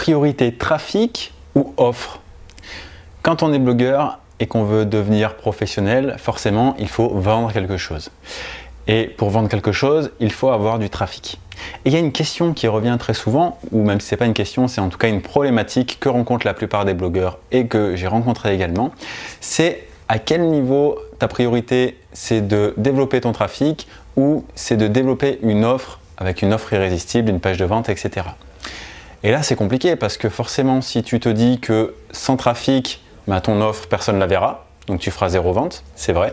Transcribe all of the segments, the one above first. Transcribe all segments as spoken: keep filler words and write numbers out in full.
Priorité trafic ou offre? Quand on est blogueur et qu'on veut devenir professionnel, forcément, il faut vendre quelque chose. Et pour vendre quelque chose, il faut avoir du trafic. Et il y a une question qui revient très souvent, ou même si ce n'est pas une question, c'est en tout cas une problématique que rencontrent la plupart des blogueurs et que j'ai rencontré également, c'est à quel niveau ta priorité, c'est de développer ton trafic ou c'est de développer une offre avec une offre irrésistible, une page de vente, et cetera. Et là, c'est compliqué parce que forcément, si tu te dis que sans trafic, bah, ton offre, personne ne la verra, donc tu feras zéro vente, c'est vrai.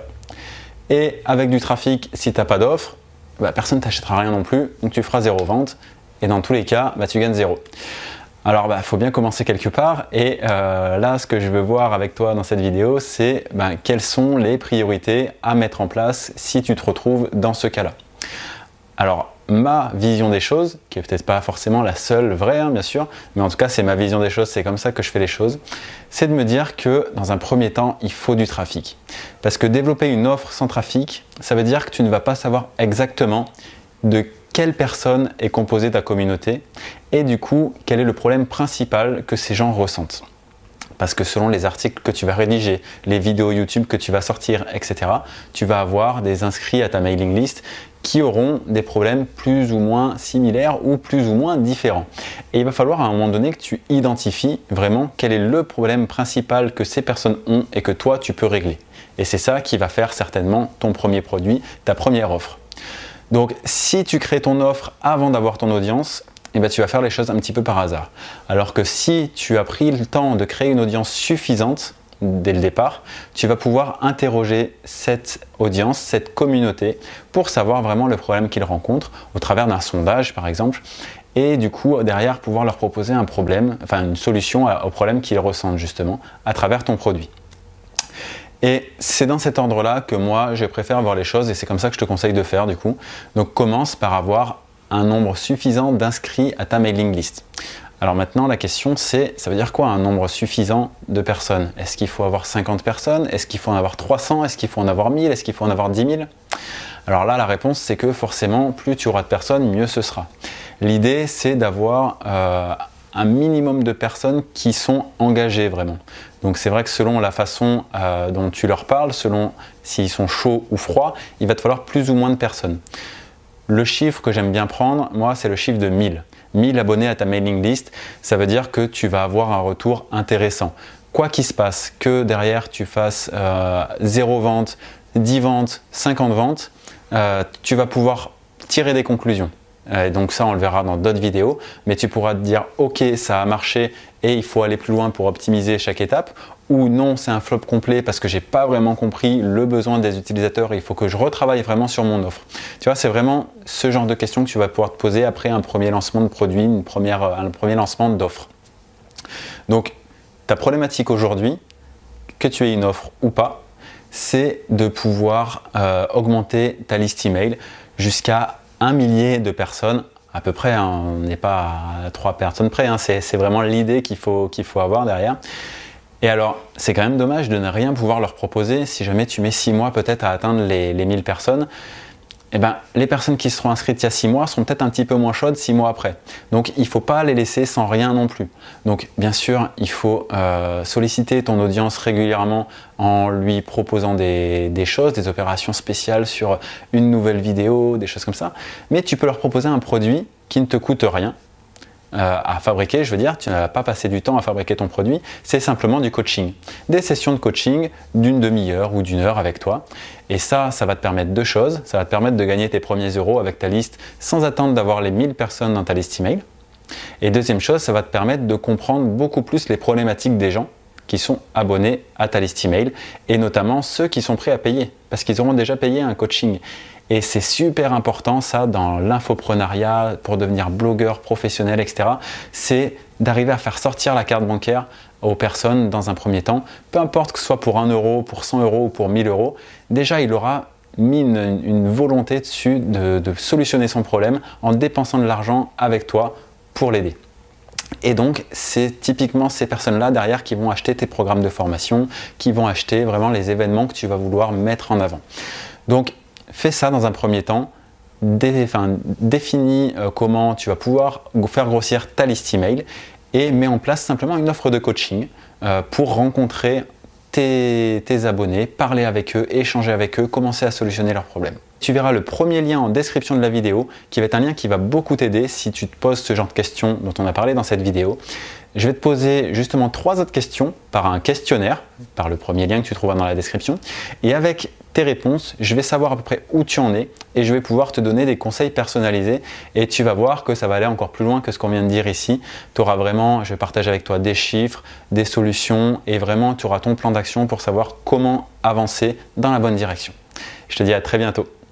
Et avec du trafic, si tu n'as pas d'offre, bah, personne ne t'achètera rien non plus, donc tu feras zéro vente. Et dans tous les cas, bah, tu gagnes zéro. Alors, il bah, faut bien commencer quelque part. Et euh, là, ce que je veux voir avec toi dans cette vidéo, c'est bah, quelles sont les priorités à mettre en place si tu te retrouves dans ce cas-là. Alors, ma vision des choses, qui est peut-être pas forcément la seule vraie, hein, bien sûr, mais en tout cas, c'est ma vision des choses, c'est comme ça que je fais les choses, c'est de me dire que dans un premier temps, il faut du trafic. Parce que développer une offre sans trafic, ça veut dire que tu ne vas pas savoir exactement de quelle personne est composée ta communauté et du coup, quel est le problème principal que ces gens ressentent. Parce que selon les articles que tu vas rédiger, les vidéos YouTube que tu vas sortir, et cetera, tu vas avoir des inscrits à ta mailing list qui auront des problèmes plus ou moins similaires ou plus ou moins différents. Et il va falloir à un moment donné que tu identifies vraiment quel est le problème principal que ces personnes ont et que toi tu peux régler. Et c'est ça qui va faire certainement ton premier produit, ta première offre. Donc si tu crées ton offre avant d'avoir ton audience, eh bien, tu vas faire les choses un petit peu par hasard. Alors que si tu as pris le temps de créer une audience suffisante dès le départ, tu vas pouvoir interroger cette audience, cette communauté pour savoir vraiment le problème qu'ils rencontrent au travers d'un sondage par exemple et du coup derrière pouvoir leur proposer un problème, enfin une solution au problème qu'ils ressentent justement à travers ton produit. Et c'est dans cet ordre-là que moi je préfère voir les choses et c'est comme ça que je te conseille de faire du coup. Donc commence par avoir un nombre suffisant d'inscrits à ta mailing list. Alors maintenant, la question c'est, ça veut dire quoi un nombre suffisant de personnes? Est-ce qu'il faut avoir cinquante personnes? Est-ce qu'il faut en avoir trois cents? Est-ce qu'il faut en avoir mille? Est-ce qu'il faut en avoir dix mille? Alors là, la réponse c'est que forcément, plus tu auras de personnes, mieux ce sera. L'idée c'est d'avoir euh, un minimum de personnes qui sont engagées vraiment. Donc c'est vrai que selon la façon euh, dont tu leur parles, selon s'ils sont chauds ou froids, il va te falloir plus ou moins de personnes. Le chiffre que j'aime bien prendre, moi, c'est le chiffre de mille. mille abonnés à ta mailing list, ça veut dire que tu vas avoir un retour intéressant. Quoi qu'il se passe, que derrière tu fasses euh, zéro vente, dix ventes, cinquante ventes, euh, tu vas pouvoir tirer des conclusions. Et donc ça, on le verra dans d'autres vidéos, mais tu pourras te dire « Ok, ça a marché et il faut aller plus loin pour optimiser chaque étape » ou « Non, c'est un flop complet parce que j'ai pas vraiment compris le besoin des utilisateurs et il faut que je retravaille vraiment sur mon offre. » Tu vois, c'est vraiment ce genre de questions que tu vas pouvoir te poser après un premier lancement de produit, une première, un premier lancement d'offre. Donc, ta problématique aujourd'hui, que tu aies une offre ou pas, c'est de pouvoir euh, augmenter ta liste email jusqu'à un millier de personnes à peu près, hein, on n'est pas à trois personnes près, hein, c'est, c'est vraiment l'idée qu'il faut, qu'il faut avoir derrière. Et alors, c'est quand même dommage de ne rien pouvoir leur proposer si jamais tu mets six mois peut-être à atteindre les, les mille personnes. Eh ben, les personnes qui seront inscrites il y a six mois seront peut-être un petit peu moins chaudes six mois après. Donc, il ne faut pas les laisser sans rien non plus. Donc, bien sûr, il faut euh, solliciter ton audience régulièrement en lui proposant des, des choses, des opérations spéciales sur une nouvelle vidéo, des choses comme ça. Mais tu peux leur proposer un produit qui ne te coûte rien euh, à fabriquer. Je veux dire, tu n'as pas passé du temps à fabriquer ton produit. C'est simplement du coaching. Des sessions de coaching d'une demi-heure ou d'une heure avec toi. Et ça, ça va te permettre deux choses. Ça va te permettre de gagner tes premiers euros avec ta liste sans attendre d'avoir les mille personnes dans ta liste email. Et deuxième chose, ça va te permettre de comprendre beaucoup plus les problématiques des gens qui sont abonnés à ta liste email et notamment ceux qui sont prêts à payer parce qu'ils auront déjà payé un coaching. Et c'est super important ça dans l'infoprenariat pour devenir blogueur professionnel, et cetera. C'est d'arriver à faire sortir la carte bancaire aux personnes dans un premier temps, peu importe que ce soit pour un euro, pour cent euros ou pour mille euros, déjà il aura mis une, une volonté dessus de, de solutionner son problème en dépensant de l'argent avec toi pour l'aider. Et donc, c'est typiquement ces personnes-là derrière qui vont acheter tes programmes de formation, qui vont acheter vraiment les événements que tu vas vouloir mettre en avant. Donc, fais ça dans un premier temps. Dé, enfin, définis euh, comment tu vas pouvoir faire grossir ta liste email et mets en place simplement une offre de coaching euh, pour rencontrer tes, tes abonnés, parler avec eux, échanger avec eux, commencer à solutionner leurs problèmes. Tu verras le premier lien en description de la vidéo qui va être un lien qui va beaucoup t'aider si tu te poses ce genre de questions dont on a parlé dans cette vidéo. Je vais te poser justement trois autres questions par un questionnaire, par le premier lien que tu trouveras dans la description. Et avec tes réponses, je vais savoir à peu près où tu en es et je vais pouvoir te donner des conseils personnalisés. Et tu vas voir que ça va aller encore plus loin que ce qu'on vient de dire ici. Tu auras vraiment, je vais partager avec toi des chiffres, des solutions et vraiment tu auras ton plan d'action pour savoir comment avancer dans la bonne direction. Je te dis à très bientôt.